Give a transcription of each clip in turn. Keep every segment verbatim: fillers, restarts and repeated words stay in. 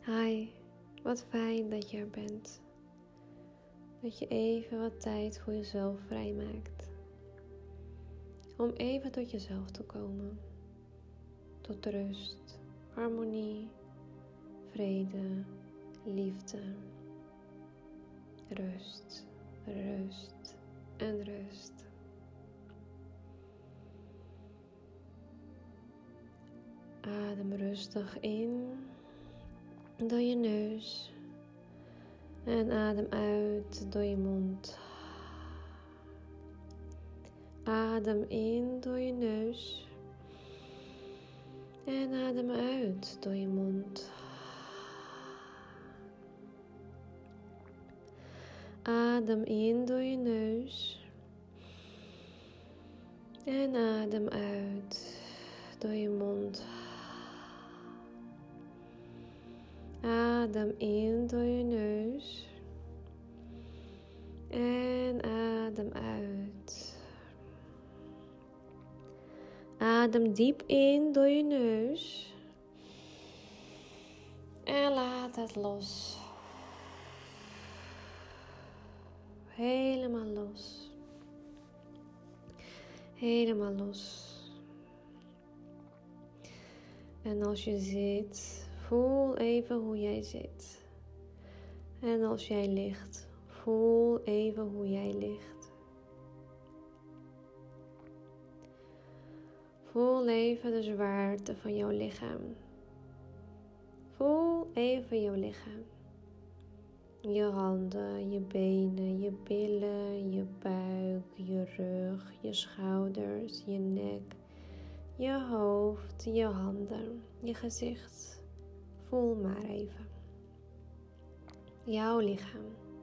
Hi, wat fijn dat je er bent. Dat je even wat tijd voor jezelf vrijmaakt. Om even tot jezelf te komen. Tot rust, harmonie, vrede, liefde. Rust, rust en rust. Adem rustig in door je neus en adem uit door je mond. Adem in door je neus en adem uit door je mond. Adem in door je neus en adem uit door je mond. Adem in door je neus en adem uit. Adem diep in door je neus en laat het los. Helemaal los. Helemaal los. En als je zit, voel even hoe jij zit. En als jij ligt, voel even hoe jij ligt. Voel even de zwaarte van jouw lichaam. Voel even jouw lichaam. Je handen, je benen, je billen, je buik, je rug, je schouders, je nek, je hoofd, je handen, je gezicht. Voel maar even. Jouw lichaam.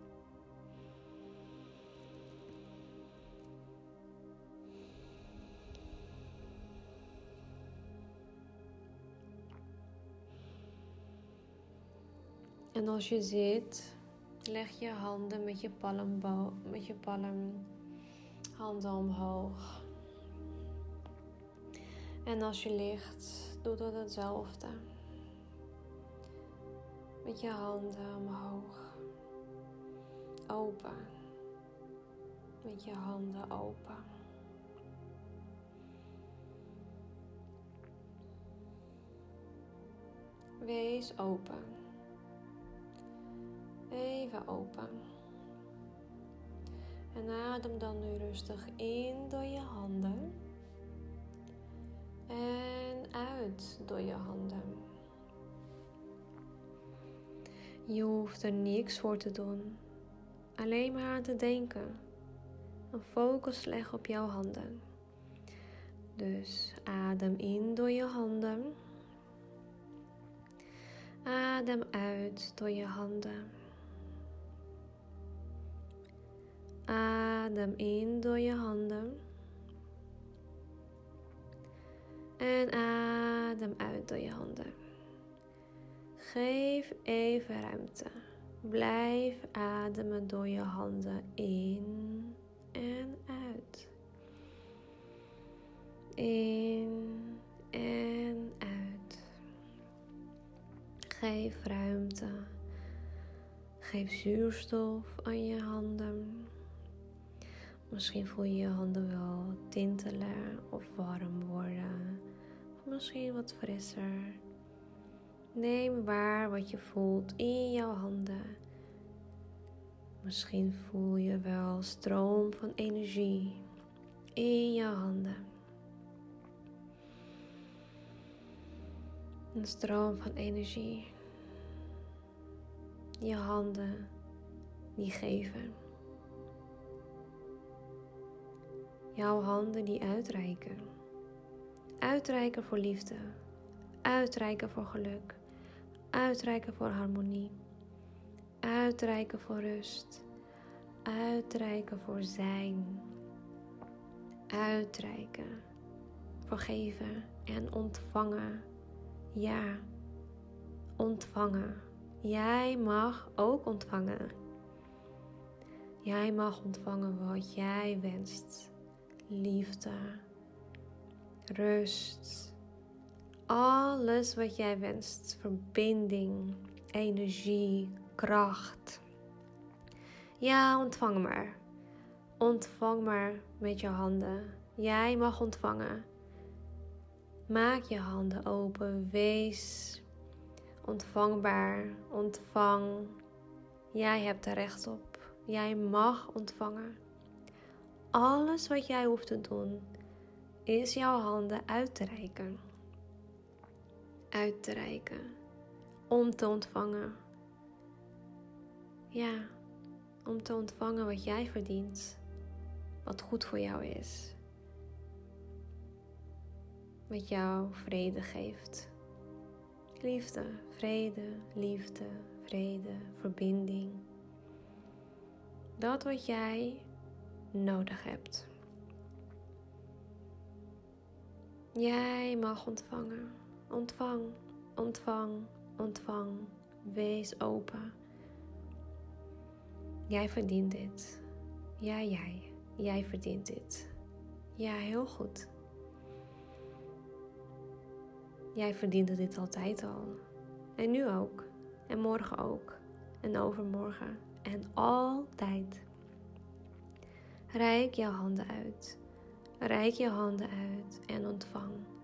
En als je zit, leg je handen met je palm, met je palm handen omhoog. En als je ligt, doe dat hetzelfde. Met je handen omhoog. Open. Met je handen open. Wees open. Even open. En adem dan nu rustig in door je handen. En uit door je handen. Je hoeft er niks voor te doen. Alleen maar aan te denken. Een focus leggen op jouw handen. Dus adem in door je handen. Adem uit door je handen. Adem in door je handen. En adem uit door je handen. Geef even ruimte. Blijf ademen door je handen in en uit. In en uit. Geef ruimte. Geef zuurstof aan je handen. Misschien voel je je handen wel tintelen of warm worden. Of misschien wat frisser. Neem waar wat je voelt in jouw handen. Misschien voel je wel stroom van energie in jouw handen. Een stroom van energie. Je handen die geven. Jouw handen die uitreiken. Uitreiken voor liefde. Uitreiken voor geluk. Uitreiken voor harmonie. Uitreiken voor rust. Uitreiken voor zijn. Uitreiken voor geven en ontvangen. Ja, ontvangen. Jij mag ook ontvangen. Jij mag ontvangen wat jij wenst. Liefde, rust, alles wat jij wenst, verbinding energie, kracht. Ja, ontvang maar. Ontvang maar met je handen. Jij mag ontvangen. Maak je handen open. Wees ontvangbaar. Ontvang. Jij hebt er recht op. Jij mag ontvangen. Alles wat jij hoeft te doen, is jouw handen uit te reiken. Uit te reiken. Om te ontvangen. Ja, om te ontvangen wat jij verdient. Wat goed voor jou is. Wat jou vrede geeft. Liefde, vrede, liefde, vrede, verbinding. Dat wat jij nodig hebt. Jij mag ontvangen. Ontvang, ontvang, ontvang. Wees open. Jij verdient dit. Ja, jij. Jij verdient dit. Ja, heel goed. Jij verdiende dit altijd al. En nu ook. En morgen ook. En overmorgen. En altijd. Reik je handen uit. Reik je handen uit en ontvang.